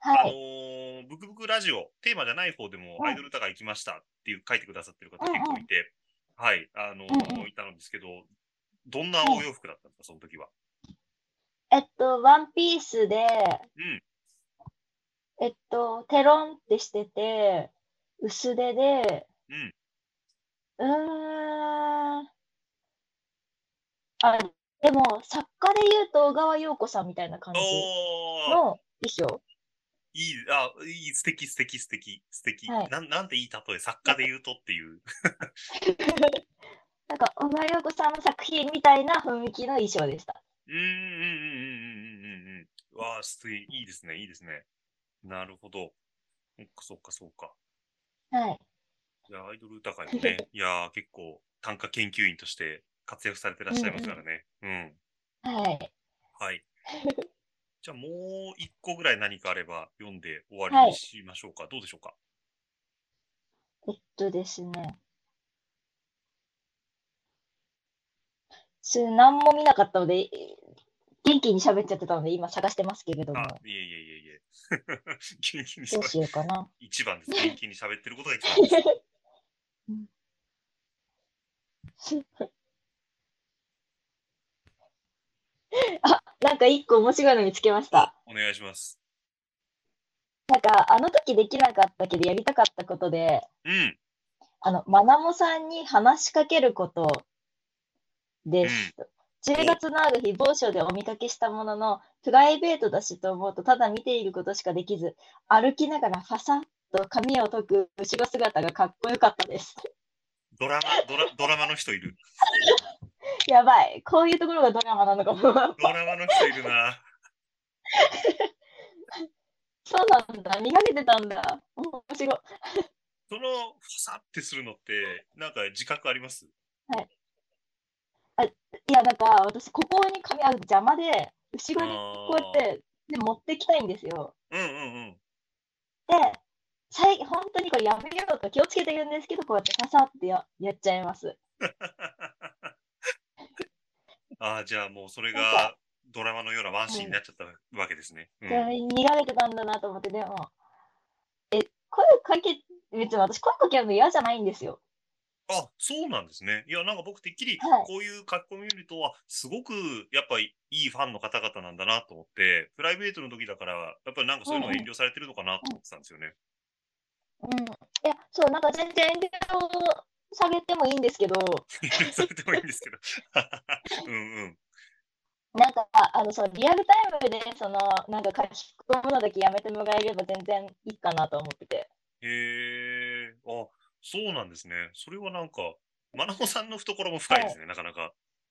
はい。 ブクブクラジオ、テーマじゃない方でもうん。 アイドル歌が行きましたっていう書いてくださってる方うんうん。 結構いて、はい、 うんうん。 いたんですけど、どんなはい。 お洋服だったんですか、その時は。 ワンピースで、 うん、 テロンってしてて、薄手で、 うん。 うーん、あ、でも、作家で言うと小川洋子さんみたいな感じおー、 の衣装。 いい、素敵、素敵、素敵、素敵。 はい。 なんていい例え、作なんか家で言うとっていう。 なんか小川洋子さんの作品みたいな雰囲気の衣装でした。 うん、うん、うん、うん、うん、うん、うん。わあ、素敵、いいですね、いいですね。なるほど。そっか、そっか、そうか。 はい。 いや、アイドル歌会もね、いやー、結構、短歌研究員として活躍されてらっしゃいますかうんうん。 らね。うん。 はい。 はい。じゃあ、もう一個ぐらい何かあれば読んで終わりはい。 にしましょうか。どうでしょうか。 ですね。何も見なかったので、元気に喋っちゃってたので、今探してますけれどあ、 も、 いえいえいえいえ。元気にどうしゃべ、 しようかな。 一番です。元気に喋ってることが一番です。 うん。あ、なんか1個面白いの見つけましお、 た。 お願いします。 なんか、あの時できなかったけどやりたかったことで、 うん、 まなもさんに話しかけることうん。 です。10 お、 月のある日、某所でお見かけしたものの、プライベートだしと思うと、ただ見ていることしかできず、歩きながらファサッと髪を解く後ろ姿がかっこよかったです。 ドラマの人いる。 やばい。こういうところがドラマなのかも。やっドぱ。 ラマの人いるな。 そうなんだ。見かけてたんだ。面白い。 その、ファサってするのって、なんか自覚あります？ はい。あ、いや、なんか、私、ここに髪ある邪魔で、後ろにこうやっああて、で、持ってきたいんですよ。 ー、うんうんうん。 で、本当にこれやめようと気をつけてるんですけど、こうやってささってやっちゃいます。 ああ、じゃあもうそれなんか、 がドラマのようなワンうん、 シーンになっちゃったわけですね。うで、 ん。 見られてたんだなと思って、でも、声かけ別に私声かけるの嫌じゃないんですよ。 あ、そうなんですね。いや、なんか僕てっきりはい。 こういう書き込みを見ると、すごくやっぱりいいファンの方々なんだなと思って、プライベートの時だから、やっぱりなんかそういうのをうんうん。 遠慮されてるのかなと思ってたんですよね。 うん。いや、そう、なんか全然遠慮下げてもいいんですけど、 遠慮されてもいいんですけど。うんうん。 なんか、リアルタイムで、なんか書き込むのだけやめてもらえれば全然いいかなと思ってて。 へえ、あ、そうなんですね。それはなんか、まなほさんの懐も深いはい。 ですね、なかなか。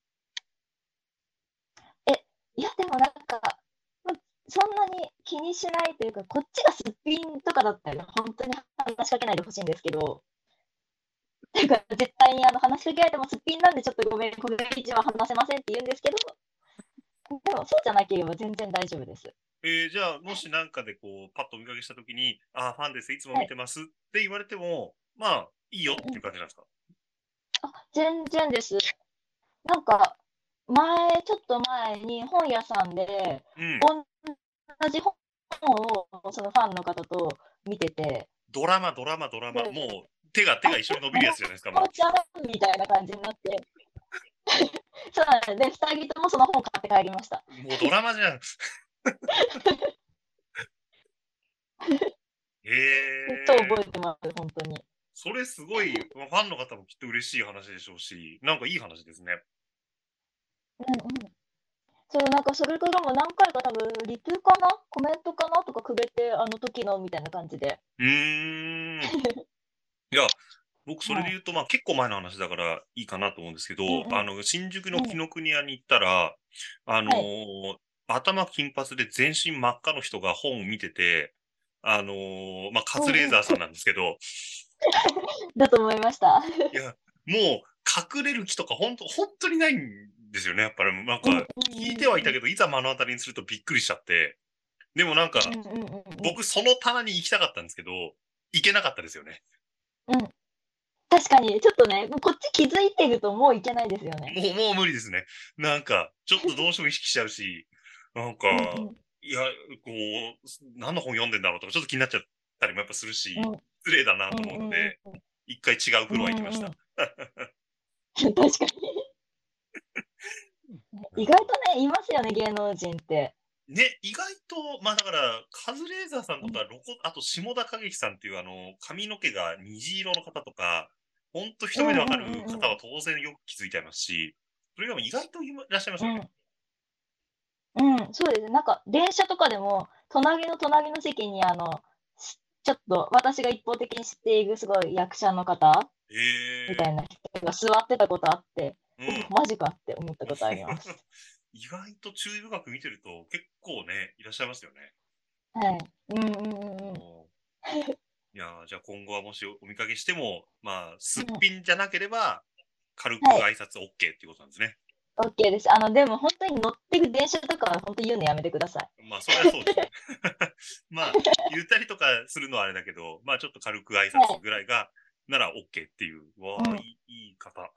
え、いや、でもなんか、ま、そんなに気にしないというか、こっちがすっぴんとかだったら、ほんとに話しかけないで欲しいんですけど、なんか絶対に話しかけられてもすっぴんなんでちょっとごめん、これ以上は話せませんって言うんですけど、でもそうじゃなければ全然大丈夫です。 じゃあ、もしなんかでこう、パッとお見かけしたときに、あ、ファンです、いつもはい。 見てますって言われても、まあ、いいよっていううんうん。 感じなんですか？ あ、全然です。なんか、ちょっと前に本屋さんで、 うん。 おん同じ本をそのファンの方と見てて、 ドラマ。 で、 もう、手が一緒に伸びるやつじゃないですか、ももちゃんみたいな感じになって、そうなんです。で、2人ともその本買って帰りました。 う。もうドラマじゃん。へ超覚え。 えてます、ほんとに。 それすごい、ファンの方もきっと嬉しい話でしょうし、なんかいい話ですね。 うんうん。そう、なんかそれからも何回か多分リプかな、コメントかなとかくれて、あの時のみたいな感じで。 うーん。いや、僕それはい。 で言うと、まあ結構前の話だからいいかなと思うんですけど、 うんうん。 新宿のうん。 紀ノ国屋に行ったら、あのはい。 ー頭金髪で全身真っ赤の人が本を見てて、まあカうんうん。 ズレーザーさんなんですけど、 だと思いました。 いや、もう隠れる気とか本当にないんですよね。やっぱりなんかうんうん聞いうんうん。 てはいたけど、いざ目の当たりにするとびっくりしちゃって、でもなんかうんうんうんうん。 僕その棚に行きたかったんですけど、行けなかったですよね。 うん。確かに、ちょっとね、もうこっち気づいてるともういけないですよね。 もう無理ですね。なんか、ちょっとどうしても意識しちゃうし、なんか、 うんうん。 いや、こう、何の本読んでんだろうとか、ちょっと気になっちゃったりもやっぱするし、 うん失礼だなと思うので、一回違うフロア行きました。 確かに。意外とね、いますよね、芸能人って。 ね、意外と、まあだから、カズレーザーさんとか、あと下田景樹さんっていう髪の毛が虹色の方とか、ほんと一目でわかる方は当然よく気づいちゃいますし、それが意外といらっしゃいますよね。 そうですね。なんか、電車とかでも、隣の隣の席に、ちょっと私が一方的に知っているすごい役者の方みたいな人が座ってたことあって、マジかって思ったことあります。 意外と注意深く見てると結構ね、いらっしゃいますよね。 はい。 いやじゃあ今後はもしお見かけしても、まあ、すっぴんじゃなければ、軽く挨拶 OK っていうことなんですね。 OK です。でも本当に乗ってる電車とかは本当言うのやめてください。 まあ、それはそうですね。まあ、言ったりとかするのはあれだけど、まあ、ちょっと軽く挨拶ぐらいが、なら OK っていう。わあ、いい方。 はい。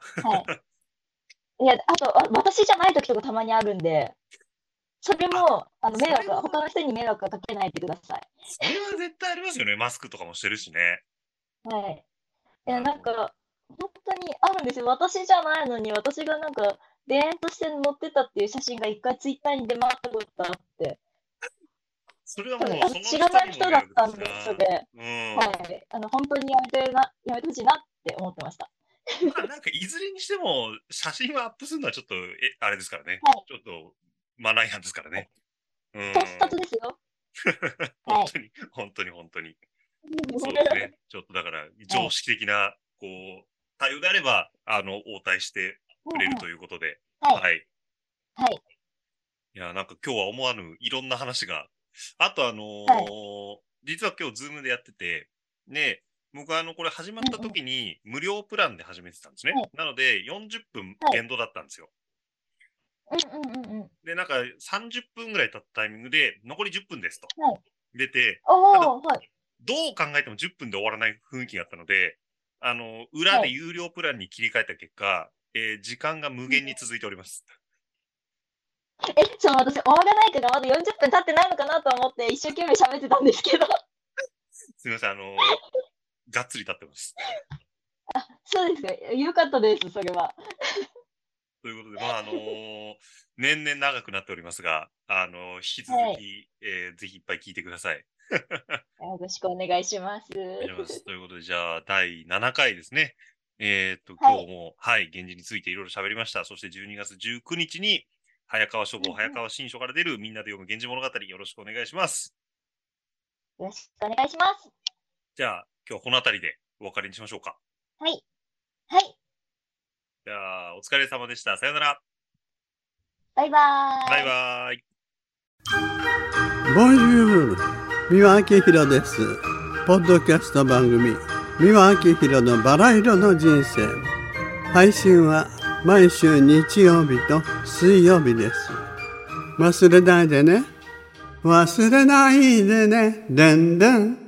いや、あと、私じゃない時とかたまにあるんで、それも、他の人に迷惑はかけないでください。 それは絶対ありますよね。マスクとかもしてるしね。 はい。いや、なんか、本当にあるんですよ。私じゃないのに、私がなんか、田園として乗ってたっていう写真が一回ツイッターに出回ったことあって。 それはもう、その知らない人だったんで、それ。 うん。 はい。本当にやめてほしいなって思ってました。 まあ、なんか、いずれにしても、写真はアップするのはちょっと、あれですからね。 はい。 ちょっと、マナー違反ですからね。 盗撮ですよ。 本当に、本当に、本当に。そうですね。ちょっとだから、常識的な、こう、対応であれば、応対してくれるということで。はい。 はい。 いや、なんか今日は思わぬいろんな話が。あと実は今日ズームでやってて、ね、僕はこれ始まった時に無料プランで始めてたんですね。なので40分限度だったんですよ。で、なんか30分ぐらい経ったタイミングで残り10分ですと出て、ただどう考えても10分で終わらない雰囲気があったので、裏で有料プランに切り替えた結果、時間が無限に続いております。 私終わらないからまだ40分経ってないのかなと思って一生懸命喋ってたんですけど。 すみません、がっつり経ってます。 そうですか。よかったです、それは。 ということで、まあ、年々長くなっておりますが、引き続き、ぜひいっぱい聞いてください。 よろしくお願いします。ということで、じゃあ、第7回ですね。今日も、はい、源氏についていろいろ喋りました。そして12月19日に、早川書房、早川新書から出るみんなで読む源氏物語、よろしくお願いします。 よろしくお願いします。 じゃあ、今日はこの辺りでお別れにしましょうか。 はい。はい。 じゃあ、お疲れ様でした。さよなら。 バイバーイ。 バイバーイ。 ボンジュール、三輪明宏です。ポッドキャスト番組、三輪明宏のバラ色の人生。配信は毎週日曜日と水曜日です。忘れないでね。忘れないでね。でんでん。